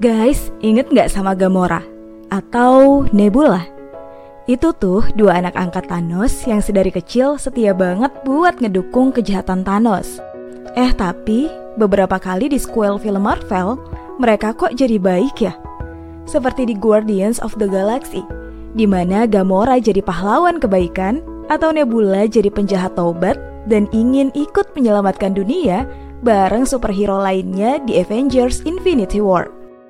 Guys, inget gak sama Gamora? Atau Nebula? Itu tuh dua anak angkat Thanos yang sedari kecil setia banget buat ngedukung kejahatan Thanos. Tapi beberapa kali di sequel film Marvel, mereka kok jadi baik ya? Seperti di Guardians of the Galaxy, di mana Gamora jadi pahlawan kebaikan, atau Nebula jadi penjahat taubat dan ingin ikut menyelamatkan dunia bareng superhero lainnya di Avengers Infinity War.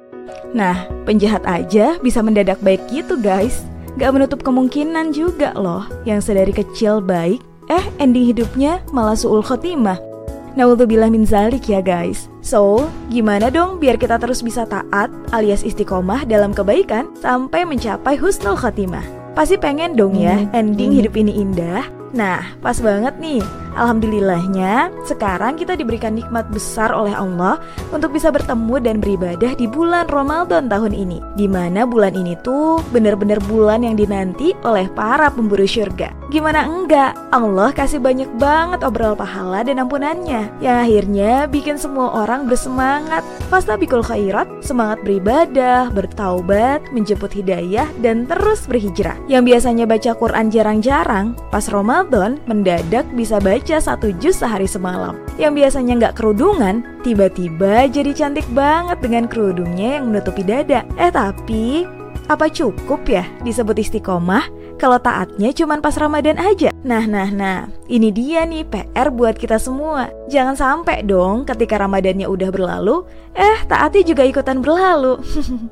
Nah, penjahat aja bisa mendadak baik gitu guys. Gak menutup kemungkinan juga loh yang sedari kecil baik, ending hidupnya malah su'ul khotimah. Naudzubillah min zalik ya guys. So, gimana dong biar kita terus bisa taat alias istiqomah dalam kebaikan sampai mencapai husnul khotimah? Pasti pengen dong ya ending hidup ini indah. Nah, pas banget nih. Alhamdulillahnya, sekarang kita diberikan nikmat besar oleh Allah untuk bisa bertemu dan beribadah di bulan Ramadan tahun ini. Dimana bulan ini tuh bener-bener bulan yang dinanti oleh para pemburu syurga. Gimana enggak? Allah kasih banyak banget obral pahala dan ampunannya, yang akhirnya bikin semua orang bersemangat. Fastabiqul khairat, semangat beribadah, bertaubat, menjemput hidayah, dan terus berhijrah. Yang biasanya baca Quran jarang-jarang, pas Ramadan mendadak bisa baca 1 juz sehari semalam. Yang biasanya nggak kerudungan, tiba-tiba jadi cantik banget dengan kerudungnya yang menutupi dada. Tapi apa cukup ya disebut istiqomah kalau taatnya cuman pas Ramadan aja? Nah, ini dia nih PR buat kita semua. Jangan sampai dong ketika Ramadannya udah berlalu, taatnya juga ikutan berlalu.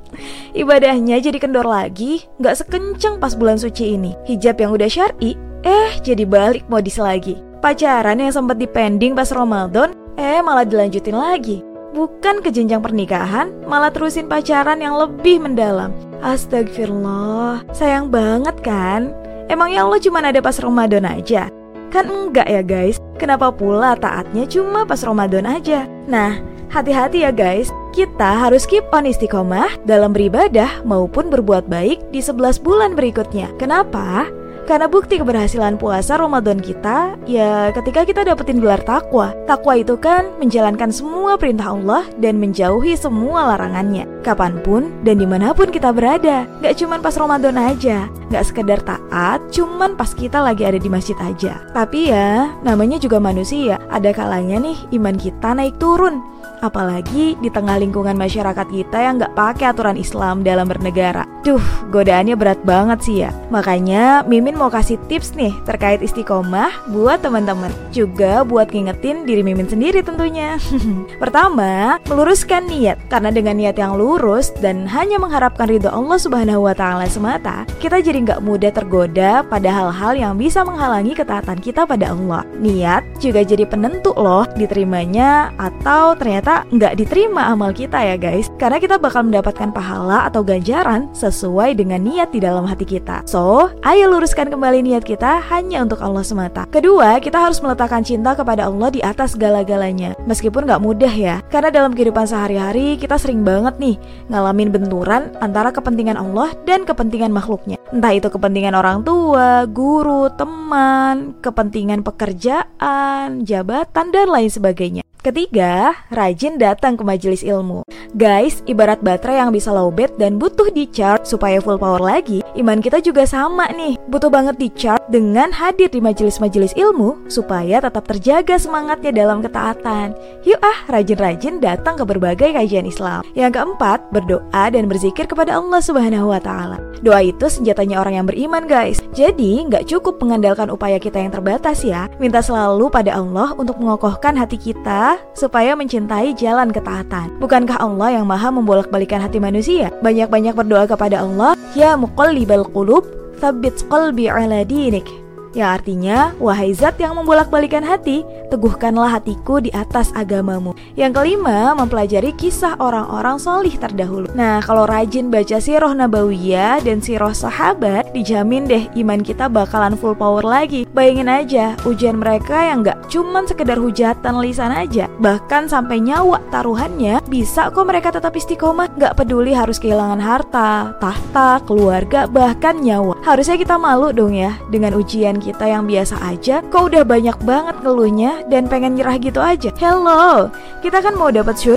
Ibadahnya jadi kendor lagi, nggak sekenceng pas bulan suci ini. Hijab yang udah syar'i, jadi balik modis lagi. Pacaran yang sempat dipending pas Ramadan, malah dilanjutin lagi. Bukan ke jenjang pernikahan, malah terusin pacaran yang lebih mendalam. Astagfirullah, sayang banget kan? Emangnya Allah cuma ada pas Ramadan aja? Kan enggak ya guys, kenapa pula taatnya cuma pas Ramadan aja? Nah, hati-hati ya guys, kita harus keep on istiqomah dalam beribadah maupun berbuat baik di 11 bulan berikutnya. Kenapa? Karena bukti keberhasilan puasa Ramadan kita, ya ketika kita dapetin gelar takwa. Takwa itu kan menjalankan semua perintah Allah dan menjauhi semua larangannya, kapanpun dan dimanapun kita berada. Gak cuman pas Ramadan aja, gak sekedar taat cuman pas kita lagi ada di masjid aja. Tapi ya, namanya juga manusia, ada kalanya nih iman kita naik turun. Apalagi di tengah lingkungan masyarakat kita yang gak pakai aturan Islam dalam bernegara. Godaannya berat banget sih ya. Makanya Mimin mau kasih tips nih terkait istiqomah buat teman-teman, juga buat ngingetin diri Mimin sendiri tentunya. Pertama, meluruskan niat. Karena dengan niat yang lurus dan hanya mengharapkan ridho Allah Subhanahu wa Ta'ala semata, kita jadi gak mudah tergoda pada hal-hal yang bisa menghalangi ketaatan kita pada Allah. Niat juga jadi penentu loh diterimanya atau ternyata nggak diterima amal kita ya guys. Karena kita bakal mendapatkan pahala atau ganjaran sesuai dengan niat di dalam hati kita. So, ayo luruskan kembali niat kita hanya untuk Allah semata. Kedua, kita harus meletakkan cinta kepada Allah di atas segala-galanya. Meskipun nggak mudah ya, karena dalam kehidupan sehari-hari kita sering banget nih ngalamin benturan antara kepentingan Allah dan kepentingan makhluknya. Entah itu kepentingan orang tua, guru, teman, kepentingan pekerjaan, jabatan, dan lain sebagainya. Ketiga, rajin datang ke majelis ilmu. Guys, ibarat baterai yang bisa lowbat dan butuh di-charge supaya full power lagi, iman kita juga sama nih. Butuh banget di-charge dengan hadir di majelis-majelis ilmu supaya tetap terjaga semangatnya dalam ketaatan. Yuk rajin-rajin datang ke berbagai kajian Islam. Yang keempat, berdoa dan berzikir kepada Allah Subhanahu wa Ta'ala. Doa itu senjatanya orang yang beriman guys. Jadi, gak cukup mengandalkan upaya kita yang terbatas ya. Minta selalu pada Allah untuk mengokohkan hati kita supaya mencintai jalan ketaatan. Bukankah Allah yang maha membolak-balikan hati manusia? Banyak-banyak berdoa kepada Allah, ya muqallibal qulub, tsabbit qalbi ala dinik. Yang artinya, wahai zat yang membolak-balikan hati, teguhkanlah hatiku di atas agamamu. Yang kelima, mempelajari kisah orang-orang solih terdahulu. Nah, kalau rajin baca sirah nabawiyah dan sirah sahabat, dijamin deh iman kita bakalan full power lagi. Bayangin aja, ujian mereka yang gak cuman sekedar hujatan lisan aja, bahkan sampai nyawa taruhannya, bisa kok mereka tetap istiqomah. Gak peduli harus kehilangan harta, tahta, keluarga, bahkan nyawa. Harusnya kita malu dong ya dengan ujian kita yang biasa aja, kok udah banyak banget ngeluhnya dan pengen nyerah gitu aja. Hello, kita kan mau dapat surga,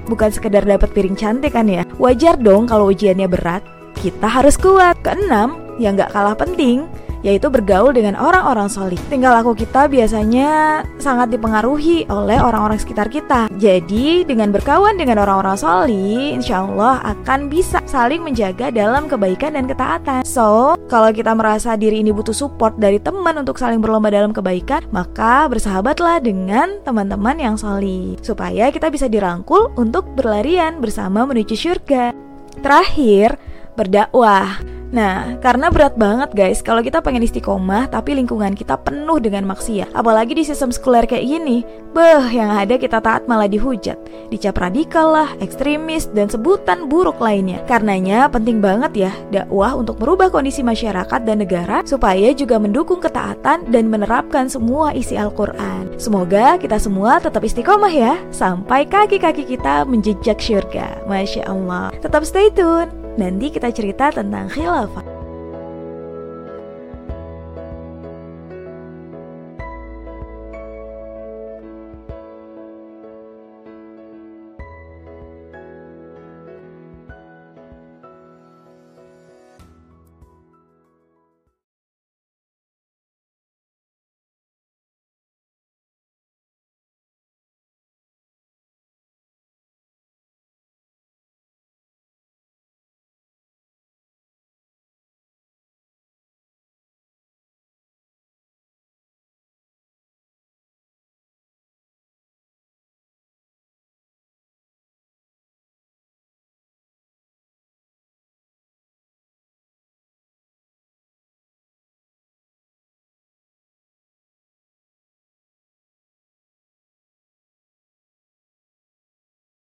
bukan sekedar dapat piring cantik kan ya. Wajar dong kalau ujiannya berat. Kita harus kuat. Keenam, yang gak kalah penting, yaitu bergaul dengan orang-orang solih. Tingkah laku kita biasanya sangat dipengaruhi oleh orang-orang sekitar kita. Jadi dengan berkawan dengan orang-orang solih, insya Allah akan bisa saling menjaga dalam kebaikan dan ketaatan. So, kalau kita merasa diri ini butuh support dari teman untuk saling berlomba dalam kebaikan, maka bersahabatlah dengan teman-teman yang solih, supaya kita bisa dirangkul untuk berlarian bersama menuju surga. Terakhir, berdakwah. Nah, karena berat banget guys kalau kita pengen istiqomah tapi lingkungan kita penuh dengan maksiat. Apalagi di sistem sekuler kayak gini. Yang ada kita taat malah dihujat, dicap radikal lah, ekstremis, dan sebutan buruk lainnya. Karenanya penting banget ya dakwah untuk merubah kondisi masyarakat dan negara supaya juga mendukung ketaatan dan menerapkan semua isi Al-Quran. Semoga kita semua tetap istiqomah ya, sampai kaki-kaki kita menjejak syurga. Masya Allah. Tetap stay tune. Nanti kita cerita tentang khilafah.